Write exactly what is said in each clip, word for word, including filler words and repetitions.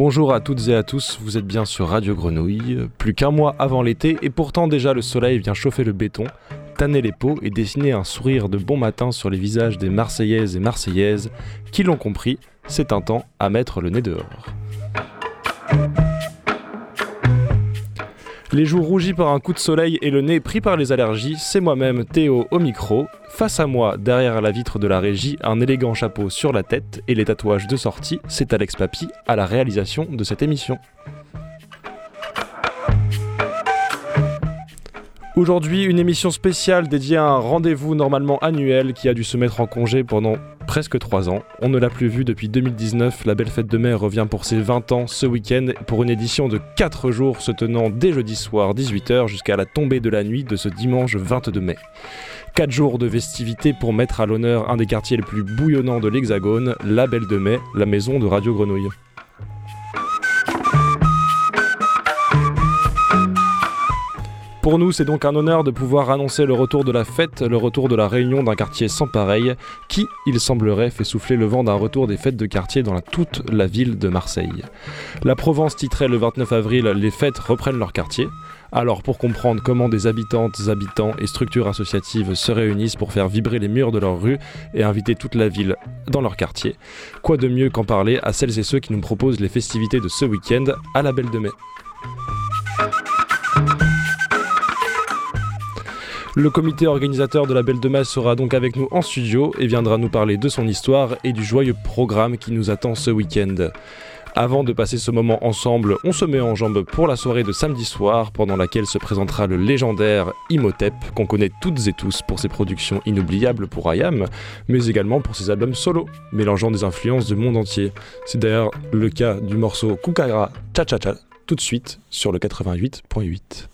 Bonjour à toutes et à tous, vous êtes bien sur Radio Grenouille. Plus qu'un mois avant l'été et pourtant déjà le soleil vient chauffer le béton, tanner les peaux et dessiner un sourire de bon matin sur les visages des Marseillaises et Marseillaises qui l'ont compris, c'est un temps à mettre le nez dehors. Les joues rougies par un coup de soleil et le nez pris par les allergies, c'est moi-même Théo au micro. Face à moi, derrière la vitre de la régie, un élégant chapeau sur la tête et les tatouages de sortie, c'est Alex Papy à la réalisation de cette émission. Aujourd'hui, une émission spéciale dédiée à un rendez-vous normalement annuel qui a dû se mettre en congé pendant presque trois ans. On ne l'a plus vu depuis deux mille dix-neuf, la belle fête de mai revient pour ses vingt ans ce week-end pour une édition de quatre jours se tenant dès jeudi soir dix-huit heures jusqu'à la tombée de la nuit de ce dimanche vingt-deux mai. quatre jours de festivités pour mettre à l'honneur un des quartiers les plus bouillonnants de l'Hexagone, la Belle de Mai, la maison de Radio Grenouille. Pour nous, c'est donc un honneur de pouvoir annoncer le retour de la fête, le retour de la réunion d'un quartier sans pareil, qui, il semblerait, fait souffler le vent d'un retour des fêtes de quartier dans la, toute la ville de Marseille. La Provence titrait le vingt-neuf avril « Les fêtes reprennent leur quartier ». Alors pour comprendre comment des habitantes, habitants et structures associatives se réunissent pour faire vibrer les murs de leur rue et inviter toute la ville dans leur quartier, quoi de mieux qu'en parler à celles et ceux qui nous proposent les festivités de ce week-end à la Belle de Mai. Le comité organisateur de la Belle de Mai sera donc avec nous en studio et viendra nous parler de son histoire et du joyeux programme qui nous attend ce week-end. Avant de passer ce moment ensemble, on se met en jambes pour la soirée de samedi soir, pendant laquelle se présentera le légendaire Imhotep, qu'on connaît toutes et tous pour ses productions inoubliables pour I A M, mais également pour ses albums solo, mélangeant des influences du monde entier. C'est d'ailleurs le cas du morceau Kukara Cha Cha Cha, tout de suite sur le quatre-vingt-huit point huit.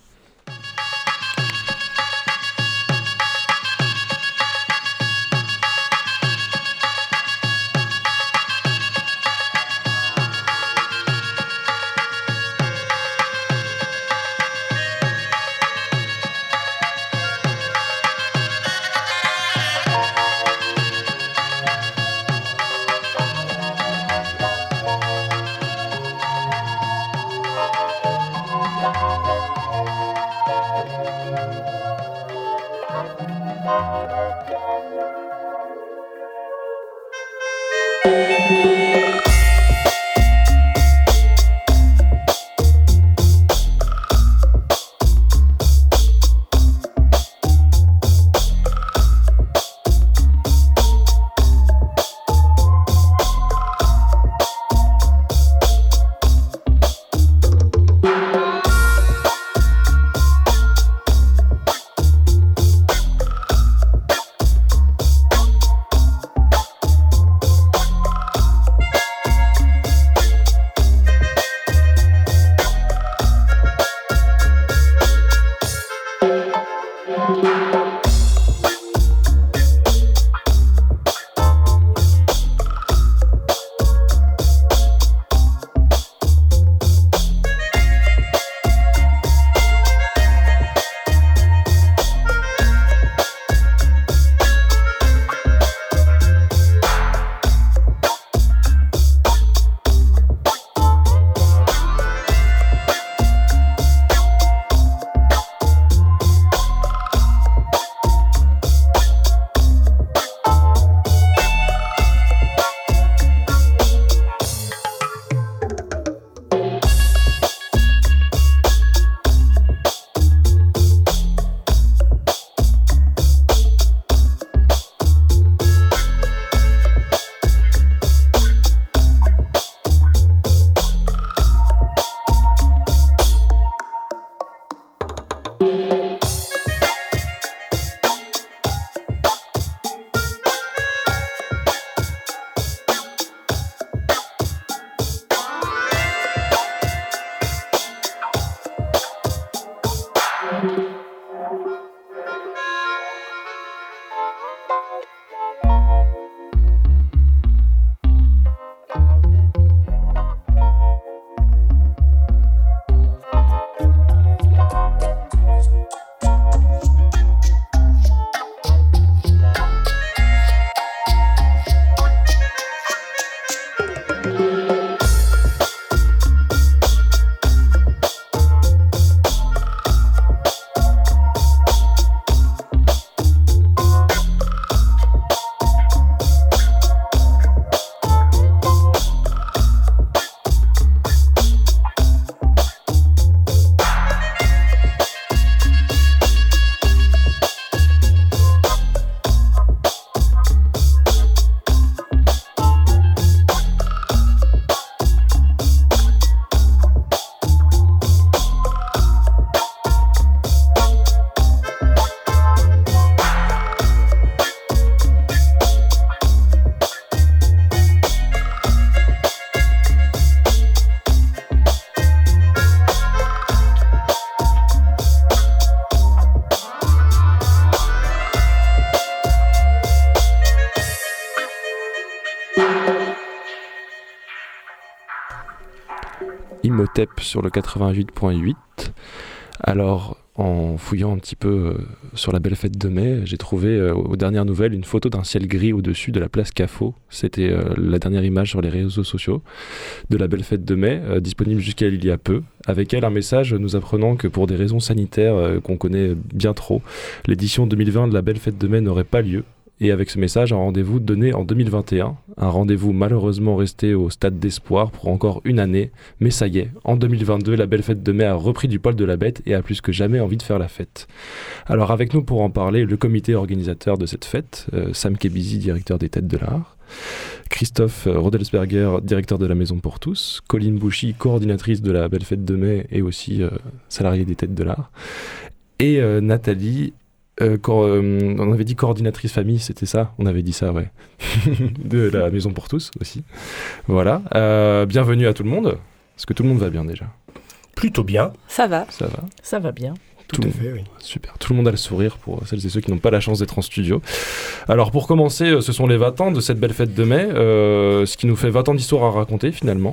Imhotep sur le quatre-vingt-huit virgule huit. Alors, en fouillant un petit peu euh, sur la belle fête de mai, j'ai trouvé euh, aux dernières nouvelles une photo d'un ciel gris au-dessus de la place Cafo. C'était euh, la dernière image sur les réseaux sociaux de la belle fête de mai, euh, disponible jusqu'à il y a peu. Avec elle, un message nous apprenant que pour des raisons sanitaires euh, qu'on connaît bien trop, l'édition deux mille vingt de la belle fête de mai n'aurait pas lieu. Et avec ce message, un rendez-vous donné en deux mille vingt et un, un rendez-vous malheureusement resté au stade d'espoir pour encore une année, mais ça y est, en deux mille vingt-deux, la belle fête de mai a repris du poil de la bête et a plus que jamais envie de faire la fête. Alors avec nous pour en parler, le comité organisateur de cette fête, euh, Sam Kebizi, directeur des Têtes de l'Art, Christophe Rodelsberger, directeur de la Maison pour tous, Colline Bouchy, coordinatrice de la belle fête de mai et aussi euh, salariée des Têtes de l'Art, et euh, Nathalie, Euh, quand, euh, on avait dit coordinatrice famille, c'était ça ? On avait dit ça, ouais. De la Maison pour tous aussi. Voilà. Euh, bienvenue à tout le monde. Est-ce que tout le monde va bien déjà ? Plutôt bien. Ça va. Ça va. Ça va bien. Tout, tout à fait, oui. Super. Tout le monde a le sourire pour celles et ceux qui n'ont pas la chance d'être en studio. Alors pour commencer, ce sont les vingt ans de cette belle fête de mai, euh, ce qui nous fait vingt ans d'histoire à raconter finalement.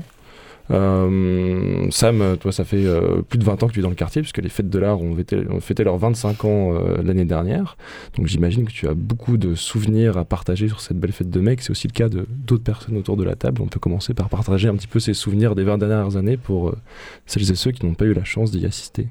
Euh, Sam, toi ça fait euh, plus de vingt ans que tu es dans le quartier puisque les Fêtes de l'Art ont fêté, ont fêté leurs vingt-cinq ans euh, l'année dernière, donc j'imagine que tu as beaucoup de souvenirs à partager sur cette belle fête de mai, que c'est aussi le cas de d'autres personnes autour de la table. On peut commencer par partager un petit peu ces souvenirs des vingt dernières années pour euh, celles et ceux qui n'ont pas eu la chance d'y assister.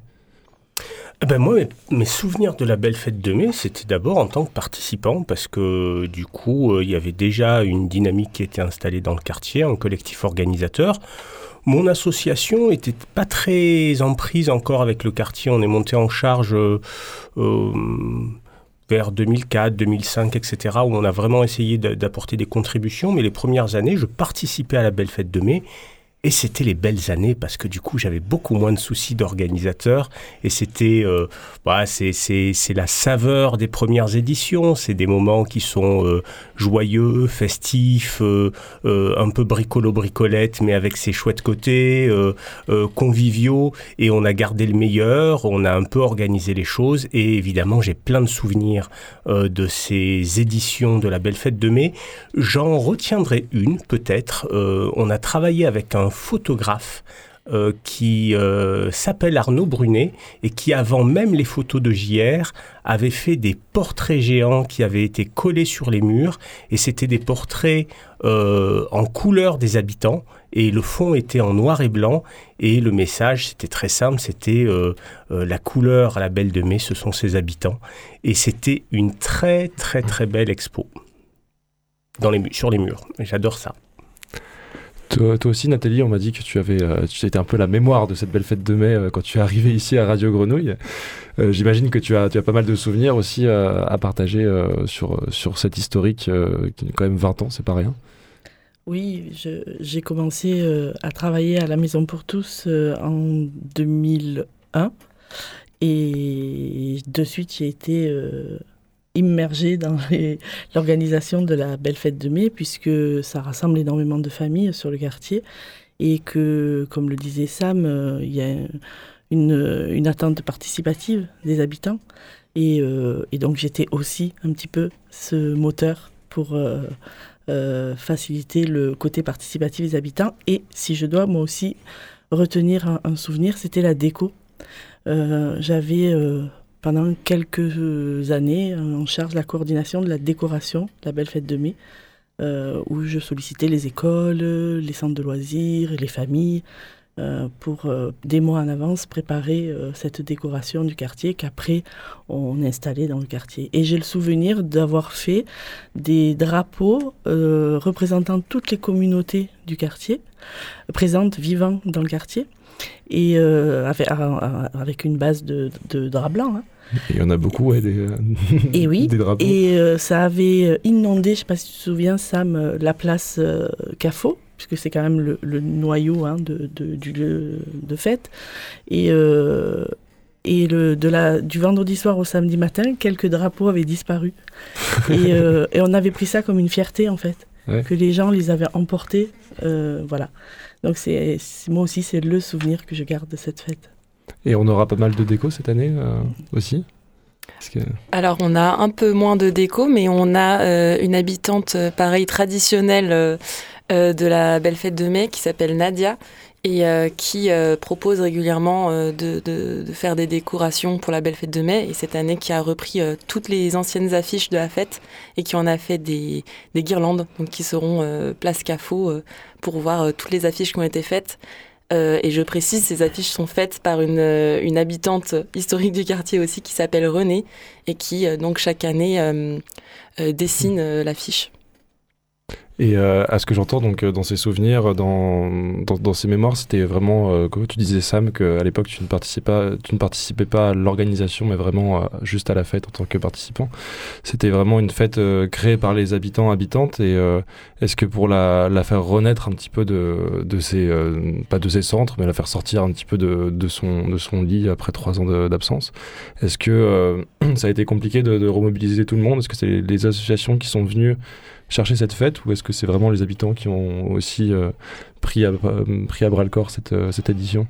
Eh ben moi, mes, mes souvenirs de la belle fête de mai, c'était d'abord en tant que participant, parce que du coup, euh, il y avait déjà une dynamique qui était installée dans le quartier, un collectif organisateur. Mon association était pas très en prise encore avec le quartier. On est monté en charge euh, euh, vers deux mille quatre, deux mille cinq, et cetera, où on a vraiment essayé d'apporter des contributions. Mais les premières années, je participais à la belle fête de mai. Et c'était les belles années parce que du coup, j'avais beaucoup moins de soucis d'organisateur. Et c'était, euh, bah, c'est, c'est, c'est la saveur des premières éditions. C'est des moments qui sont euh, joyeux, festifs, euh, euh, un peu bricolo-bricolette, mais avec ses chouettes côtés, euh, euh, conviviaux. Et on a gardé le meilleur, on a un peu organisé les choses. Et évidemment, j'ai plein de souvenirs euh, de ces éditions de la Belle Fête de Mai. J'en retiendrai une, peut-être. Euh, on a travaillé avec un photographe euh, qui euh, s'appelle Arnaud Brunet et qui, avant même les photos de J R, avait fait des portraits géants qui avaient été collés sur les murs, et c'était des portraits euh, en couleur des habitants, et le fond était en noir et blanc, et le message, c'était très simple, c'était euh, euh, la couleur à la Belle de Mai, ce sont ses habitants, et c'était une très très très belle expo dans les, sur les murs. J'adore ça. Toi, toi aussi, Nathalie, on m'a dit que tu avais, euh, tu étais un peu la mémoire de cette belle fête de mai euh, quand tu es arrivée ici à Radio Grenouille. Euh, j'imagine que tu as, tu as pas mal de souvenirs aussi euh, à partager euh, sur, sur cette historique euh, qui a quand même vingt ans, c'est pas rien. Oui, je, j'ai commencé euh, à travailler à la Maison pour tous euh, en deux mille un et de suite j'ai été euh, immergée dans les, l'organisation de la Belle Fête de Mai, puisque ça rassemble énormément de familles sur le quartier et que, comme le disait Sam, euh, il y a une, une attente participative des habitants et, euh, et donc j'étais aussi un petit peu ce moteur pour euh, euh, faciliter le côté participatif des habitants. Et si je dois moi aussi retenir un, un souvenir, c'était la déco. Euh, j'avais... Euh, pendant quelques années en charge de la coordination de la décoration de la Belle Fête de Mai, euh, où je sollicitais les écoles, les centres de loisirs, les familles, euh, pour euh, des mois en avance préparer euh, cette décoration du quartier qu'après on installait dans le quartier. Et j'ai le souvenir d'avoir fait des drapeaux euh, représentant toutes les communautés du quartier, présentes, vivant dans le quartier, et euh, avec, avec une base de, de drap blanc. Hein. Il y en a beaucoup, ouais, des, euh, et oui, des drapeaux. Et euh, ça avait inondé, je ne sais pas si tu te souviens, Sam, la place euh, Cafo, puisque c'est quand même le, le noyau hein, de, de, du lieu de fête. Et, euh, et le, de la, du vendredi soir au samedi matin, quelques drapeaux avaient disparu. et, euh, et on avait pris ça comme une fierté, en fait, ouais. Que les gens les avaient emportés. Euh, voilà. Donc c'est, c'est, moi aussi, c'est le souvenir que je garde de cette fête. Et on aura pas mal de déco cette année euh, aussi que... Alors on a un peu moins de déco, mais on a euh, une habitante euh, pareil traditionnelle euh, euh, de la Belle Fête de Mai qui s'appelle Nadia et euh, qui euh, propose régulièrement euh, de, de, de faire des décorations pour la belle fête de mai. Et cette année, qui a repris euh, toutes les anciennes affiches de la fête et qui en a fait des, des guirlandes, donc qui seront euh, place Cafo euh, pour voir euh, toutes les affiches qui ont été faites. Euh, et je précise, ces affiches sont faites par une, euh, une habitante historique du quartier aussi qui s'appelle Renée et qui euh, donc chaque année euh, euh, dessine euh, l'affiche. Et euh, à ce que j'entends donc dans ses souvenirs, dans, dans, dans ses mémoires, c'était vraiment, euh, comme tu disais Sam, qu'à l'époque tu ne participais pas, tu ne participais pas à l'organisation, mais vraiment euh, juste à la fête en tant que participant. C'était vraiment une fête euh, créée par les habitants, habitantes. Et euh, est-ce que pour la, la faire renaître un petit peu de, de ses, euh, pas de ses centres, mais la faire sortir un petit peu de, de, son, de son lit après trois ans de, d'absence, est-ce que euh, ça a été compliqué de, de remobiliser tout le monde? Est-ce que c'est les, les associations qui sont venues chercher cette fête, ou est-ce que c'est vraiment les habitants qui ont aussi euh, pris, à, euh, pris à bras le corps cette, euh, cette édition?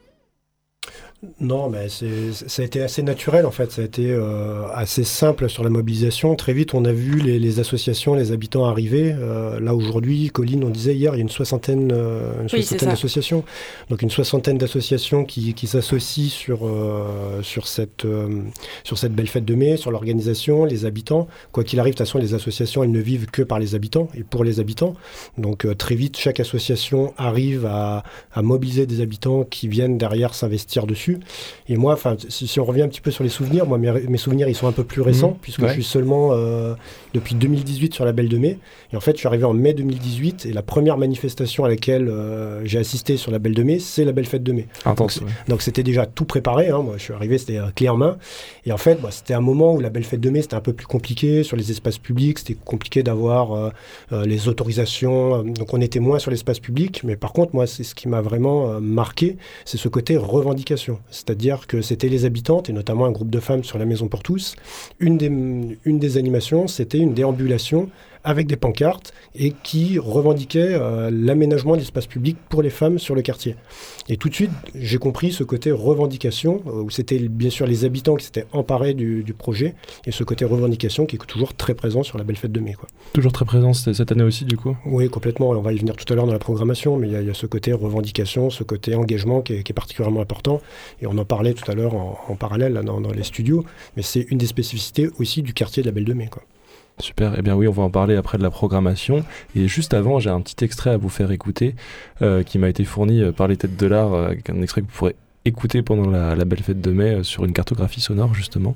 Non, mais c'est, ça a été assez naturel en fait, ça a été euh, assez simple sur la mobilisation. Très vite, on a vu les, les associations, les habitants arriver. Euh, là aujourd'hui, Colline, on disait hier, il y a une soixantaine, euh, une oui, soixantaine d'associations. Donc une soixantaine d'associations qui, qui s'associent sur, euh, sur, cette, euh, sur cette belle fête de mai, sur l'organisation, les habitants. Quoi qu'il arrive, de toute façon, les associations, elles ne vivent que par les habitants et pour les habitants. Donc euh, très vite, chaque association arrive à, à mobiliser des habitants qui viennent derrière s'investir dessus. Et moi, enfin, si, si on revient un petit peu sur les souvenirs, moi, mes, mes souvenirs, ils sont un peu plus récents, mmh, puisque ouais. je suis seulement euh, depuis deux mille dix-huit sur la Belle de Mai. Et en fait, je suis arrivé en mai deux mille dix-huit, et la première manifestation à laquelle euh, j'ai assisté sur la Belle de Mai, c'est la Belle Fête de Mai. Intense, donc, ouais. donc c'était déjà tout préparé, hein. Moi, je suis arrivé, c'était euh, clé en main. Et en fait, bah, c'était un moment où la Belle Fête de Mai, c'était un peu plus compliqué sur les espaces publics, c'était compliqué d'avoir euh, euh, les autorisations. Donc on était moins sur l'espace public, mais par contre, moi, c'est ce qui m'a vraiment euh, marqué, c'est ce côté revendication. C'est-à-dire que c'était les habitantes, et notamment un groupe de femmes sur la Maison pour tous. Une des, une des animations, c'était une déambulation avec des pancartes et qui revendiquait euh, l'aménagement de l'espace public pour les femmes sur le quartier. Et tout de suite, j'ai compris ce côté revendication, euh, où c'était bien sûr les habitants qui s'étaient emparés du, du projet, et ce côté revendication qui est toujours très présent sur la Belle Fête de Mai, quoi. Toujours très présent cette année aussi, du coup? Oui, complètement. On va y venir tout à l'heure dans la programmation, mais il y, y a ce côté revendication, ce côté engagement qui est, qui est particulièrement important. Et on en parlait tout à l'heure en, en parallèle là, dans, dans les studios, mais c'est une des spécificités aussi du quartier de la Belle de Mai, quoi. Super, eh bien oui, on va en parler après de la programmation. Et juste avant, j'ai un petit extrait à vous faire écouter euh, qui m'a été fourni euh, par les Têtes de l'Art, euh, un extrait que vous pourrez écouter pendant la, la Belle Fête de Mai euh, sur une cartographie sonore, justement.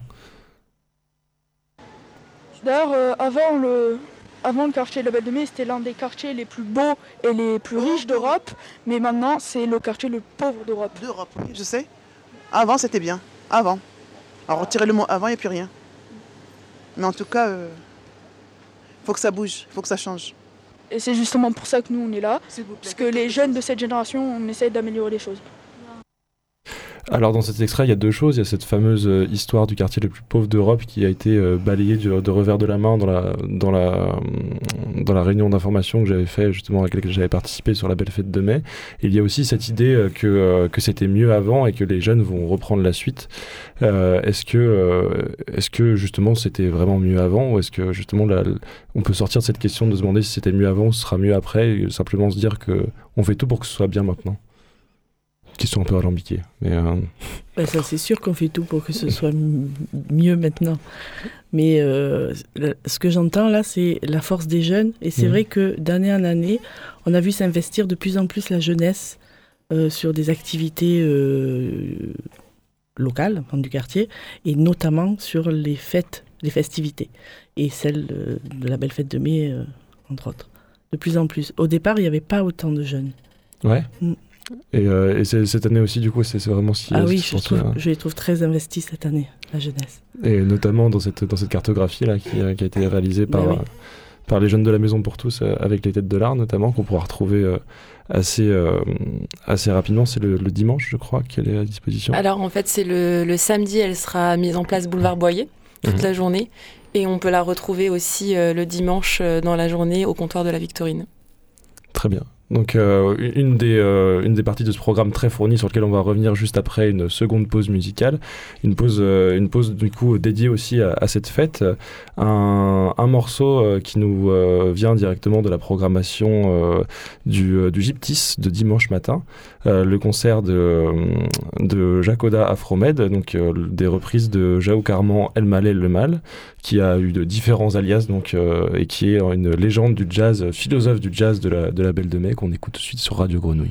D'ailleurs, euh, avant, le, avant le quartier de la Belle de Mai, c'était l'un des quartiers les plus beaux et les plus riches d'Europe. Mais maintenant, c'est le quartier le pauvre d'Europe. D'Europe, oui, je sais. Avant, c'était bien. Avant. Alors, retirez le mot avant, il n'y a plus rien. Mais en tout cas... Euh... faut que ça bouge, faut que ça change. Et c'est justement pour ça que nous, on est là. Parce que les jeunes de cette génération, on essaie d'améliorer les choses. Alors dans cet extrait, il y a deux choses. Il y a cette fameuse euh, histoire du quartier le plus pauvre d'Europe qui a été euh, balayée de, de revers de la main dans la, dans la, dans la réunion d'information que j'avais fait, justement, avec laquelle j'avais participé sur la Belle Fête de Mai. Et il y a aussi cette idée euh, que, euh, que c'était mieux avant et que les jeunes vont reprendre la suite. Euh, est-ce que, euh, est-ce que justement c'était vraiment mieux avant, ou est-ce que justement la, on peut sortir de cette question de se demander si c'était mieux avant ou ce sera mieux après, et simplement se dire qu'on fait tout pour que ce soit bien maintenant? Question un peu alambiquée. Mais euh... ben ça, c'est sûr qu'on fait tout pour que ce soit m- mieux maintenant. Mais euh, ce que j'entends là, c'est la force des jeunes. Et c'est mmh. vrai que d'année en année, on a vu s'investir de plus en plus la jeunesse euh, sur des activités euh, locales, enfin, du quartier, et notamment sur les fêtes, les festivités. Et celle de, de la Belle Fête de Mai, euh, entre autres. De plus en plus. Au départ, il n'y avait pas autant de jeunes. Ouais. Mmh. Et, euh, et c'est, cette année aussi, du coup, c'est, c'est vraiment ce qui... Ah ce oui, qui je, trouve, je les trouve très investis cette année, la jeunesse. Et notamment dans cette, dans cette cartographie-là qui, qui a été réalisée par, oui. euh, par les jeunes de la Maison pour tous, euh, avec les Têtes de l'Art notamment, qu'on pourra retrouver euh, assez, euh, assez rapidement. C'est le, le dimanche, je crois, qu'elle est à disposition. Alors en fait, c'est le, le samedi, elle sera mise en place boulevard Boyer, toute mmh. la journée. Et on peut la retrouver aussi euh, le dimanche euh, dans la journée au comptoir de la Victorine. Très bien. Donc euh, une, des, euh, une des parties de ce programme très fourni sur lequel on va revenir juste après une seconde pause musicale, une pause, euh, une pause du coup dédiée aussi à, à cette fête, un, un morceau euh, qui nous euh, vient directement de la programmation euh, du, euh, du Gyptis de dimanche matin, euh, le concert de, de Jacoda Afromed, donc euh, des reprises de Jaouk Armand El Maleh Le Mal, qui a eu de différents alias donc, euh, et qui est une légende du jazz, philosophe du jazz de la, de la Belle de Mai, qu'on écoute tout de suite sur Radio Grenouille.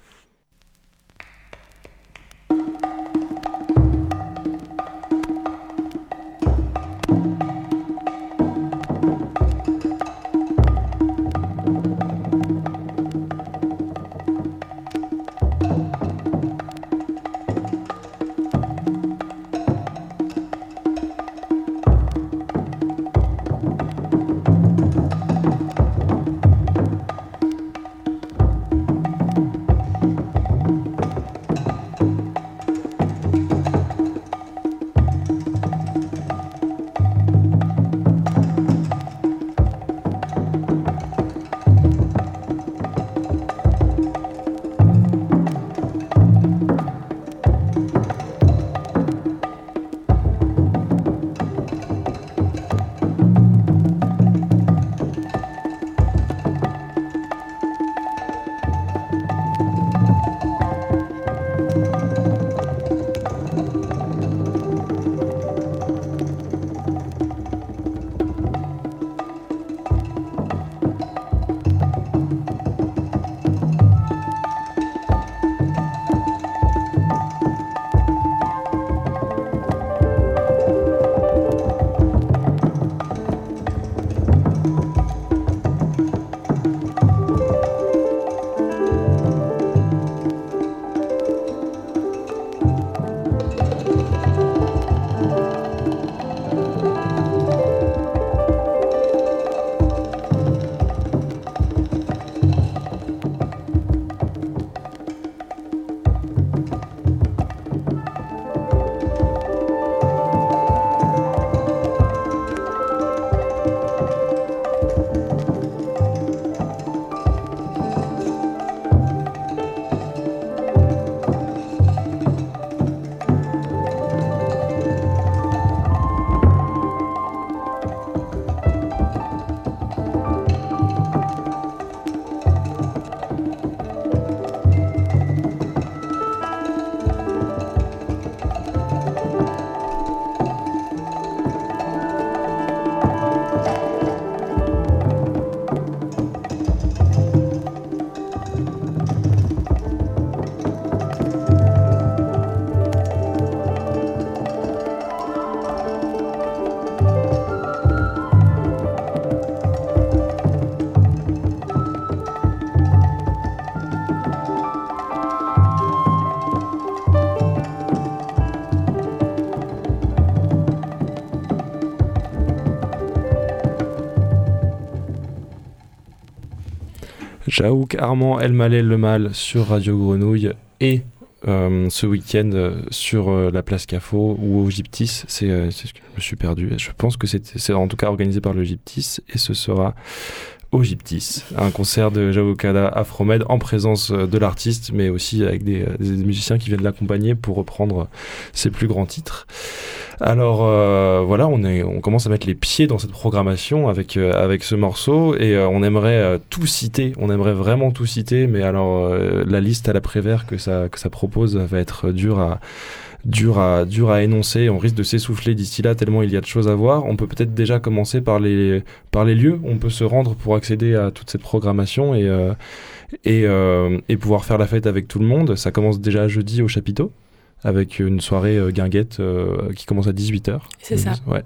Jaouk Armand El Maleh Le Mal sur Radio Grenouille et euh, ce week-end euh, sur euh, la place Cafo ou au Gyptis, c'est, euh, c'est ce que je me suis perdu. Je pense que c'est, c'est en tout cas organisé par le Gyptis et ce sera au Gyptis, un concert de Jaouka Afromed en présence de l'artiste, mais aussi avec des, des musiciens qui viennent l'accompagner pour reprendre ses plus grands titres. Alors euh, voilà, on, est, on commence à mettre les pieds dans cette programmation avec, euh, avec ce morceau et euh, on aimerait euh, tout citer, on aimerait vraiment tout citer, mais alors euh, la liste à la Prévert que ça, que ça propose va être dure à, dur à, dur à énoncer, on risque de s'essouffler d'ici là tellement il y a de choses à voir. On peut peut-être déjà commencer par les, par les lieux où on peut se rendre pour accéder à toute cette programmation et, euh, et, euh, et pouvoir faire la fête avec tout le monde. Ça commence déjà jeudi au Chapiteau, avec une soirée euh, guinguette euh, qui commence à dix-huit heures. C'est ça. Ouais.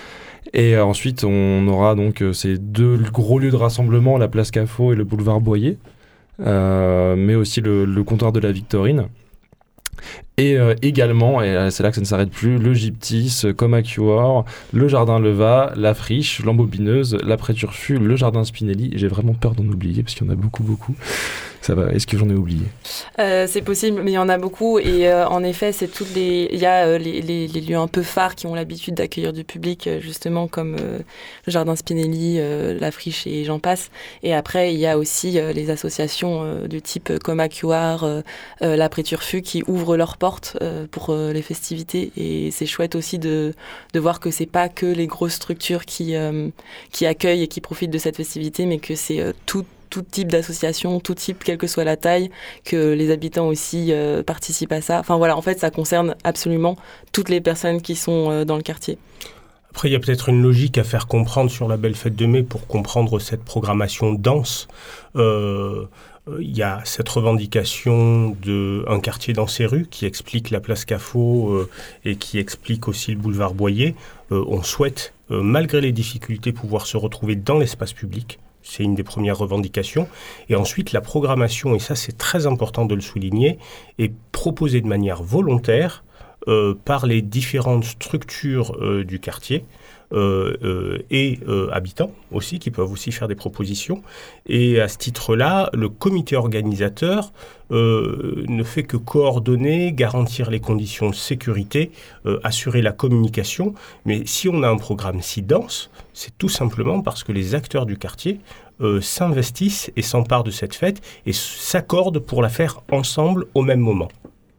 Et euh, ensuite, on aura donc euh, ces deux gros lieux de rassemblement, la place Cafo et le boulevard Boyer, euh, mais aussi le, le comptoir de la Victorine. Et euh, également, et euh, c'est là que ça ne s'arrête plus, le Gyptis, Coma Cure, le Jardin Leva, la Friche, l'Embobineuse, l'après Turfu, le Jardin Spinelli. J'ai vraiment peur d'en oublier parce qu'il y en a beaucoup, beaucoup. Ça va. Est-ce que j'en ai oublié ? euh, C'est possible, mais il y en a beaucoup. Et euh, en effet, c'est toutes les. Il y a euh, les, les, les lieux un peu phares qui ont l'habitude d'accueillir du public, justement comme euh, le Jardin Spinelli, euh, la Friche et j'en passe. Et après, il y a aussi euh, les associations euh, du type Coma Cure, euh, euh, l'après Turfu qui ouvrent leurs portes euh, pour euh, les festivités. Et c'est chouette aussi de de voir que c'est pas que les grosses structures qui euh, qui accueillent et qui profitent de cette festivité, mais que c'est euh, tout tout type d'association, tout type, quelle que soit la taille, que les habitants aussi euh, participent à ça. Enfin voilà, en fait, ça concerne absolument toutes les personnes qui sont euh, dans le quartier. Après, il y a peut-être une logique à faire comprendre sur la Belle Fête de Mai pour comprendre cette programmation dense. Euh, il y a cette revendication d'un quartier dans ses rues qui explique la place Caffo euh, et qui explique aussi le boulevard Boyer. Euh, on souhaite, euh, malgré les difficultés, pouvoir se retrouver dans l'espace public. C'est une des premières revendications. Et ensuite, la programmation, et ça c'est très important de le souligner, est proposée de manière volontaire euh, par les différentes structures euh, du quartier euh, euh, et euh, habitants aussi, qui peuvent aussi faire des propositions. Et à ce titre-là, le comité organisateur euh, ne fait que coordonner, garantir les conditions de sécurité, euh, assurer la communication. Mais si on a un programme si dense, c'est tout simplement parce que les acteurs du quartier euh, s'investissent et s'emparent de cette fête et s'accordent pour la faire ensemble au même moment.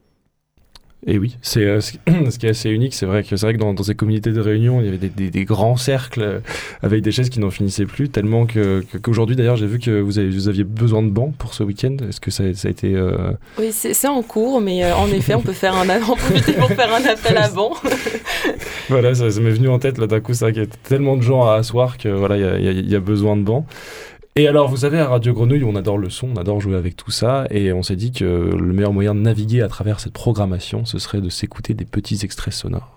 Et oui, c'est euh, ce qui est assez unique. C'est vrai que c'est vrai que dans, dans ces communautés de réunion, il y avait des, des, des grands cercles avec des chaises qui n'en finissaient plus, tellement que, que qu'aujourd'hui d'ailleurs j'ai vu que vous, avez, vous aviez besoin de bancs pour ce week-end. Est-ce que ça, ça a été euh... Oui, c'est, c'est en cours, mais euh, en effet, on peut faire un en profiter pour faire un appel à bancs. Voilà, ça, ça m'est venu en tête là d'un coup. C'est vrai qu'il y a tellement de gens à asseoir que voilà, il y a, y a, y a besoin de bancs. Et alors, vous savez, à Radio Grenouille, on adore le son, on adore jouer avec tout ça, et on s'est dit que le meilleur moyen de naviguer à travers cette programmation, ce serait de s'écouter des petits extraits sonores.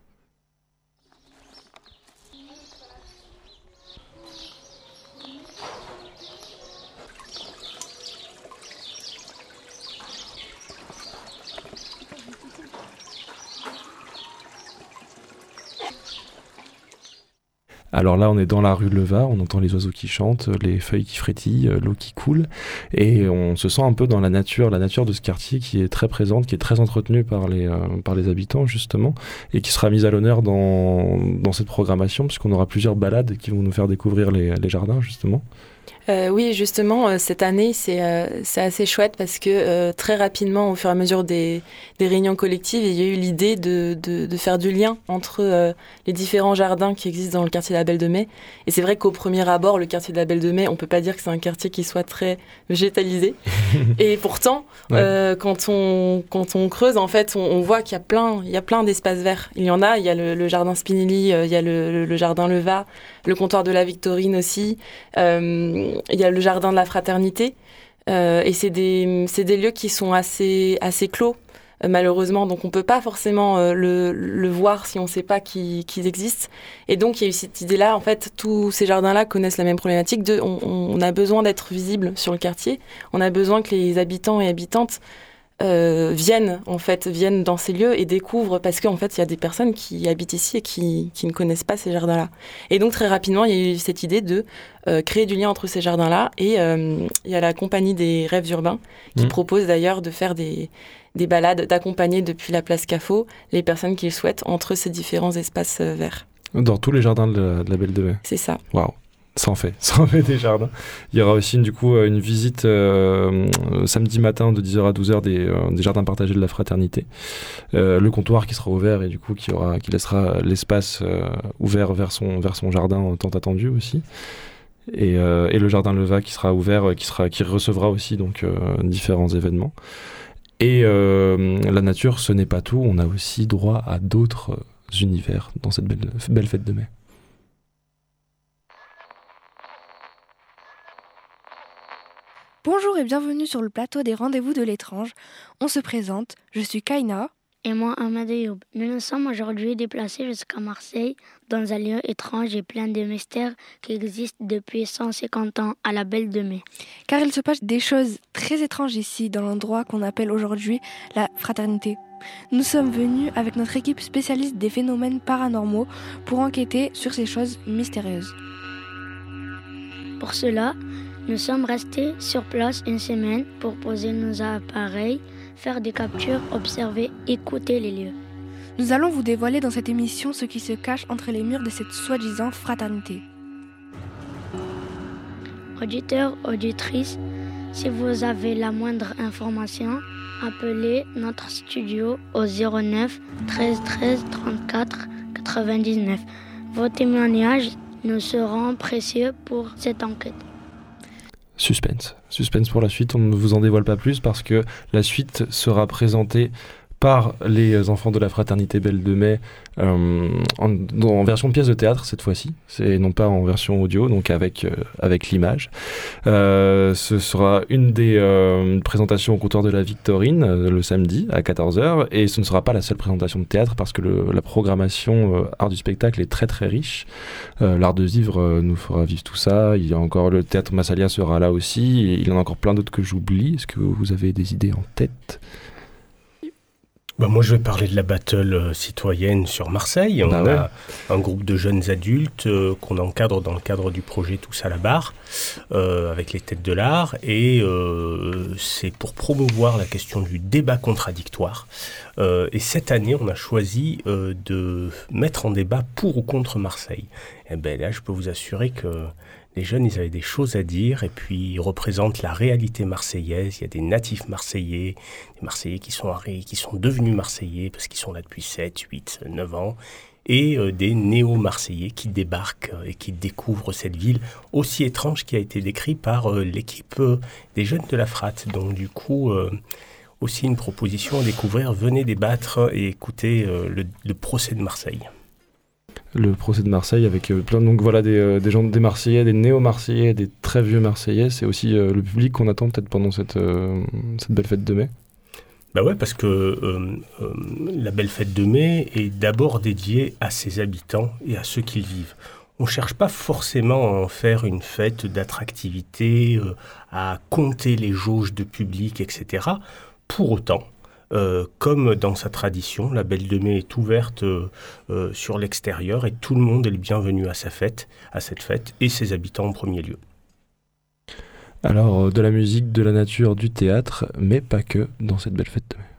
Alors là, on est dans la rue Leva, on entend les oiseaux qui chantent, les feuilles qui frétillent, l'eau qui coule, et on se sent un peu dans la nature, la nature de ce quartier qui est très présente, qui est très entretenue par les, euh, par les habitants justement, et qui sera mise à l'honneur dans, dans cette programmation, puisqu'on aura plusieurs balades qui vont nous faire découvrir les, les jardins justement. Euh, oui, justement, euh, cette année, c'est, euh, c'est assez chouette parce que euh, très rapidement, au fur et à mesure des, des réunions collectives, il y a eu l'idée de, de, de faire du lien entre euh, les différents jardins qui existent dans le quartier de la Belle de Mai. Et c'est vrai qu'au premier abord, le quartier de la Belle de Mai, on ne peut pas dire que c'est un quartier qui soit très végétalisé. Et pourtant, ouais. euh, quand, on, quand on creuse, en fait, on, on voit qu'il y a plein, il y a plein d'espaces verts. Il y en a, il y a le, le jardin Spinelli, euh, il y a le, le, le jardin Leva, le comptoir de la Victorine aussi. Euh, il y a le jardin de la Fraternité. Euh, et c'est des, c'est des lieux qui sont assez, assez clos, euh, malheureusement. Donc on ne peut pas forcément euh, le, le voir si on ne sait pas qu'ils, qu'ils existent. Et donc il y a eu cette idée-là. En fait, tous ces jardins-là connaissent la même problématique. De, on, on a besoin d'être visible sur le quartier. On a besoin que les habitants et habitantes Euh, viennent en fait viennent dans ces lieux et découvrent, parce qu'en fait il y a des personnes qui habitent ici et qui, qui ne connaissent pas ces jardins-là. Et donc très rapidement il y a eu cette idée de euh, créer du lien entre ces jardins-là, et euh, il y a la compagnie des rêves urbains qui mmh. propose d'ailleurs de faire des, des balades, d'accompagner depuis la place Caffo les personnes qui le souhaitent entre ces différents espaces euh, verts. Dans tous les jardins de la, de la Belle de Mai. C'est ça. Waouh. Ça en fait, ça en fait des jardins. Il y aura aussi du coup une visite euh, samedi matin de dix heures à douze heures des, euh, des jardins partagés de la Fraternité. Euh, le comptoir qui sera ouvert et du coup qui, aura, qui laissera l'espace euh, ouvert vers son, vers son jardin tant attendu aussi. Et, euh, et le jardin Leva qui sera ouvert, qui, sera, qui recevra aussi donc, euh, différents événements. Et euh, la nature, ce n'est pas tout, on a aussi droit à d'autres univers dans cette belle, belle fête de mai. Bonjour et bienvenue sur le plateau des Rendez-vous de l'étrange. On se présente, je suis Kaina. Et moi, Ahmed Ayoub. Nous nous sommes aujourd'hui déplacés jusqu'à Marseille, dans un lieu étrange et plein de mystères qui existe depuis cent cinquante ans, à la Belle de Mai. Car il se passe des choses très étranges ici, dans l'endroit qu'on appelle aujourd'hui la Fraternité. Nous sommes venus avec notre équipe spécialiste des phénomènes paranormaux pour enquêter sur ces choses mystérieuses. Pour cela, nous sommes restés sur place une semaine pour poser nos appareils, faire des captures, observer, écouter les lieux. Nous allons vous dévoiler dans cette émission ce qui se cache entre les murs de cette soi-disant fraternité. Auditeurs, auditrices, si vous avez la moindre information, appelez notre studio au zéro neuf treize treize trente-quatre quatre-vingt-dix-neuf. Vos témoignages nous seront précieux pour cette enquête. Suspense. Suspense pour la suite, on ne vous en dévoile pas plus parce que la suite sera présentée par les enfants de la Fraternité Belle de Mai euh, en, en version pièce de théâtre cette fois-ci, c'est non pas en version audio, donc avec, euh, avec l'image. Euh, ce sera une des euh, présentations au comptoir de la Victorine euh, le samedi à quatorze heures, et ce ne sera pas la seule présentation de théâtre parce que le, la programmation euh, art du spectacle est très très riche. Euh, l'art de vivre euh, nous fera vivre tout ça. Il y a encore le théâtre Massalia sera là aussi, et il y en a encore plein d'autres que j'oublie. Est-ce que vous avez des idées en tête ? Bah moi, je vais parler de la battle euh, citoyenne sur Marseille. On bah ouais. a un groupe de jeunes adultes euh, qu'on encadre dans le cadre du projet Tous à la barre, euh, avec les têtes de l'art. Et euh, c'est pour promouvoir la question du débat contradictoire. Euh, et cette année, on a choisi euh, de mettre en débat pour ou contre Marseille. Et ben là, je peux vous assurer que les jeunes, ils avaient des choses à dire, et puis ils représentent la réalité marseillaise. Il y a des natifs marseillais, des Marseillais qui sont, qui sont devenus Marseillais parce qu'ils sont là depuis sept, huit, neuf ans, et euh, des néo-Marseillais qui débarquent euh, et qui découvrent cette ville aussi étrange qui a été décrite par euh, l'équipe euh, des jeunes de la Frat. Donc du coup, euh, aussi une proposition à découvrir. Venez débattre et écouter euh, le, le procès de Marseille. Le procès de Marseille avec euh, plein donc voilà des, euh, des gens des Marseillais, des néo-Marseillais, des très vieux Marseillais. C'est aussi euh, le public qu'on attend peut-être pendant cette, euh, cette belle fête de mai. Bah ouais, parce que euh, euh, la belle fête de mai est d'abord dédiée à ses habitants et à ceux qui y vivent. On ne cherche pas forcément à en faire une fête d'attractivité, euh, à compter les jauges de public, et cetera. Pour autant, Euh, comme dans sa tradition, la Belle de Mai est ouverte euh, euh, sur l'extérieur et tout le monde est le bienvenu à sa fête, à cette fête, et ses habitants en premier lieu. Alors, euh, de la musique, de la nature, du théâtre, mais pas que dans cette belle fête de mai.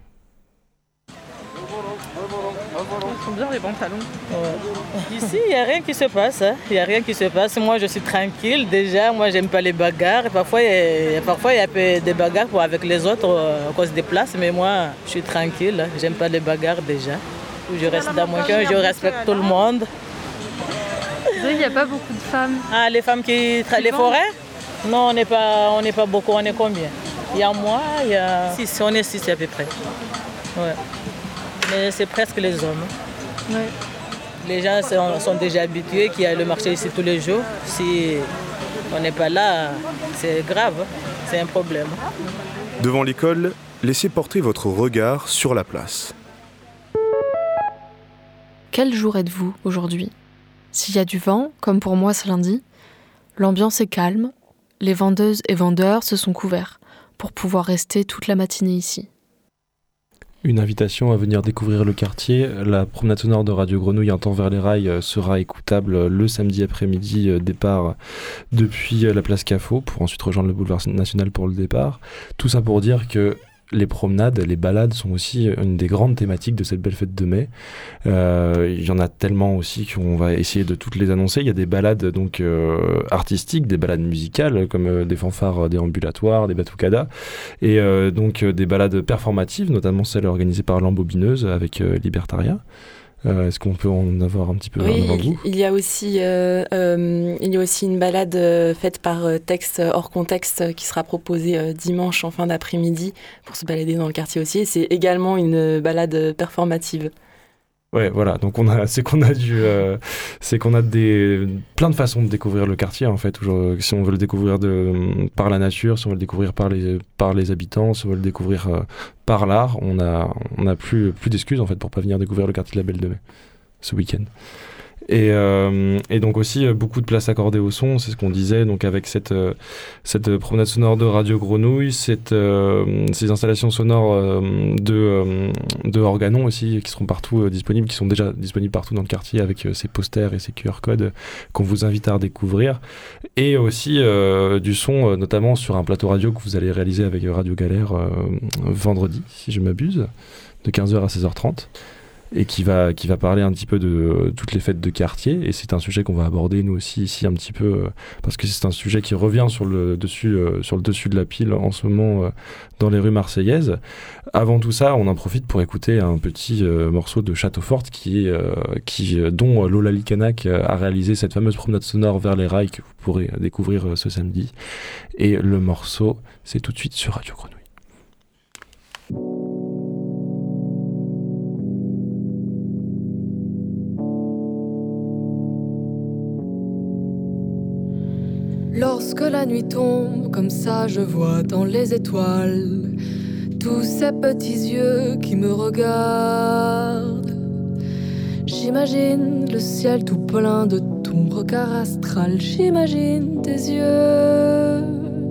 Ils sont bien les pantalons. Ouais. Ici, il n'y a rien qui se passe. Il hein. n'y a rien qui se passe. Moi, je suis tranquille. Déjà, moi, j'aime pas les bagarres. Et parfois, il y a, parfois, il y a des bagarres pour, avec les autres euh, à cause des places. Mais moi, je suis tranquille. Hein. J'aime pas les bagarres déjà. Je reste dans mon cœur. Je respecte tout le monde. Il n'y a pas beaucoup de femmes. Ah, les femmes qui travaillent les forêts? Non, on n'est pas, on n'est pas beaucoup. On est combien? Il y a moi, il y a six. On est six à peu près. Ouais. Mais c'est presque les hommes. Ouais. Les gens sont, sont déjà habitués qu'il y a le marché ici tous les jours. Si on n'est pas là, c'est grave, c'est un problème. Devant l'école, laissez porter votre regard sur la place. Quel jour êtes-vous aujourd'hui ? S'il y a du vent, comme pour moi ce lundi, l'ambiance est calme, les vendeuses et vendeurs se sont couverts pour pouvoir rester toute la matinée ici. Une invitation à venir découvrir le quartier. La promenade sonore de Radio Grenouille Un temps vers les rails sera écoutable le samedi après-midi, départ depuis la place Cafo, pour ensuite rejoindre le boulevard national pour le départ. Tout ça pour dire que les promenades, les balades sont aussi une des grandes thématiques de cette belle fête de mai. Euh, il y en a tellement aussi qu'on va essayer de toutes les annoncer. Il y a des balades donc euh, artistiques, des balades musicales comme euh, des fanfares déambulatoires, des batucadas, et euh, donc euh, des balades performatives, notamment celle organisée par l'Embobineuse avec euh, Libertaria. Euh, est-ce qu'on peut en avoir un petit peu oui, avant vous ? il y a aussi euh, euh, il y a aussi une balade euh, faite par euh, Texte hors contexte euh, qui sera proposée euh, dimanche en fin d'après-midi pour se balader dans le quartier aussi. Et c'est également une balade performative. Ouais, voilà. Donc on a, c'est qu'on a du, euh, c'est qu'on a des plein de façons de découvrir le quartier en fait. Genre, si on veut le découvrir de par la nature, si on veut le découvrir par les par les habitants, si on veut le découvrir euh, par l'art, on a on a plus plus d'excuses en fait pour pas venir découvrir le quartier de la Belle de Mai ce week-end. Et, euh, et donc aussi euh, beaucoup de place accordée au son, c'est ce qu'on disait, donc avec cette, euh, cette promenade sonore de Radio Grenouille, cette, euh, ces installations sonores euh, de, euh, de Organon aussi, qui seront partout euh, disponibles, qui sont déjà disponibles partout dans le quartier avec euh, ces posters et ces Q R codes qu'on vous invite à redécouvrir. Et aussi euh, du son, euh, notamment sur un plateau radio que vous allez réaliser avec Radio Galère euh, vendredi, si je m'abuse, de quinze heures à seize heures trente. Et qui va, qui va parler un petit peu de euh, toutes les fêtes de quartier. Et c'est un sujet qu'on va aborder nous aussi ici un petit peu, euh, parce que c'est un sujet qui revient sur le dessus, euh, sur le dessus de la pile en ce moment euh, dans les rues marseillaises. Avant tout ça, on en profite pour écouter un petit euh, morceau de Château Forte qui, euh, qui, euh, dont Lola Likanak a réalisé cette fameuse promenade sonore vers les rails que vous pourrez découvrir euh, ce samedi. Et le morceau, c'est tout de suite sur Radio Grenouille. Lorsque la nuit tombe, comme ça je vois dans les étoiles tous ces petits yeux qui me regardent. J'imagine le ciel tout plein de ton regard astral. J'imagine tes yeux.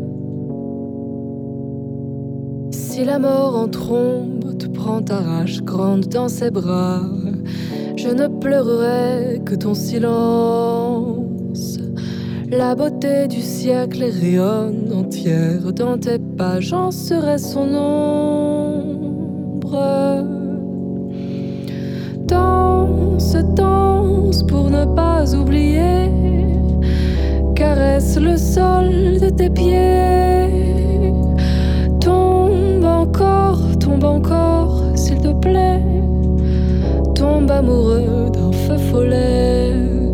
Si la mort en trombe te prend ta rage grande dans ses bras, je ne pleurerai que ton silence. La beauté du siècle rayonne entière dans tes pas, j'en serai son ombre. Danse, danse pour ne pas oublier, caresse le sol de tes pieds. Tombe encore, tombe encore, s'il te plaît. Tombe amoureux d'un feu follet.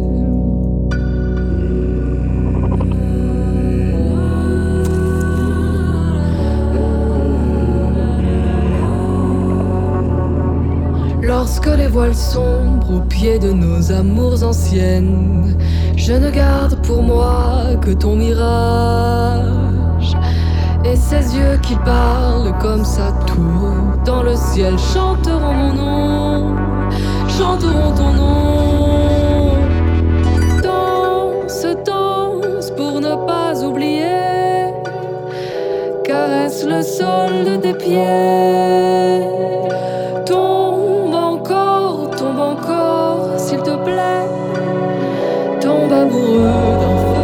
Lorsque les voiles sombrent au pied de nos amours anciennes, je ne garde pour moi que ton mirage et ces yeux qui parlent comme ça tout haut dans le ciel chanteront mon nom, chanteront ton nom. Danse, danse pour ne pas oublier, caresse le sol de tes pieds. S'il te plaît, tombe amoureux d'un feu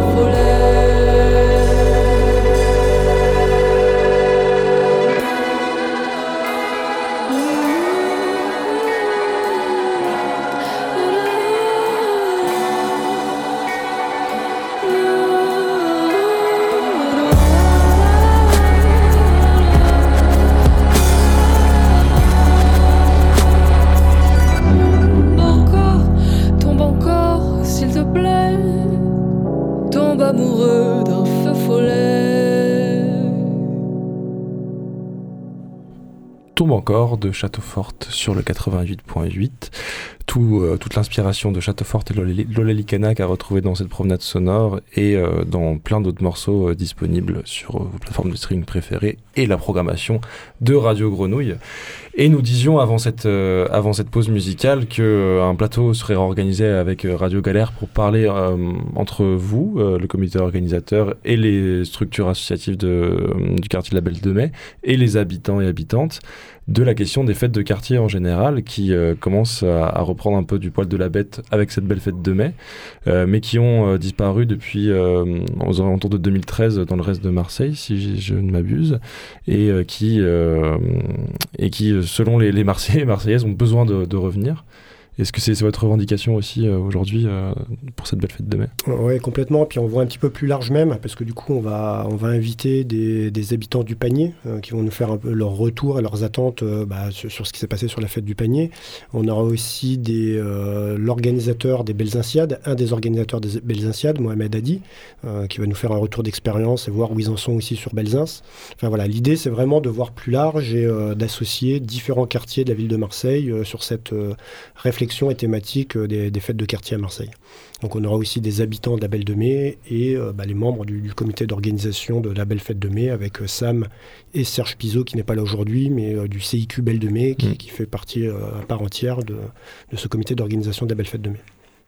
amoureux d'un feu follet. Tombe encore de Château Forte sur le quatre-vingt-huit virgule huit. Tout, euh, toute l'inspiration de Château Forte et Lola Likanak à retrouver dans cette promenade sonore et euh, dans plein d'autres morceaux euh, disponibles sur euh, vos plateformes de streaming préférées et la programmation de Radio Grenouille. Et nous disions avant cette, euh, avant cette pause musicale qu'un euh, plateau serait organisé avec euh, Radio Galère pour parler euh, entre vous, euh, le comité organisateur et les structures associatives de, euh, du quartier de la Belle de Mai et les habitants et habitantes de la question des fêtes de quartier en général qui euh, commencent à, à reprendre un peu du poil de la bête avec cette belle fête de mai, euh, mais qui ont euh, disparu depuis euh, aux alentours de deux mille treize dans le reste de Marseille, si je, je ne m'abuse, et euh, qui, euh, et qui selon les, les Marseillais et Marseillaises, ont besoin de, de revenir. Est-ce que c'est, c'est votre revendication aussi euh, aujourd'hui euh, pour cette belle fête de mai ? Oui, complètement. Puis on voit un petit peu plus large même, parce que du coup, on va, on va inviter des, des habitants du panier euh, qui vont nous faire un peu leur retour et leurs attentes euh, bah, sur, sur ce qui s'est passé sur la fête du panier. On aura aussi des, euh, l'organisateur des Belzinsiades, un des organisateurs des Belzinsiades, Mohamed Hadi, euh, qui va nous faire un retour d'expérience et voir où ils en sont aussi sur Belzins. Enfin voilà, l'idée, c'est vraiment de voir plus large et euh, d'associer différents quartiers de la ville de Marseille euh, sur cette euh, réflexion réflexion et thématique des, des fêtes de quartier à Marseille. Donc on aura aussi des habitants de la Belle de Mai et euh, bah, les membres du, du comité d'organisation de la Belle Fête de Mai avec euh, Sam et Serge Pizot qui n'est pas là aujourd'hui, mais euh, du C I Q Belle de Mai qui, mmh. qui fait partie euh, à part entière de, de ce comité d'organisation de la Belle Fête de Mai.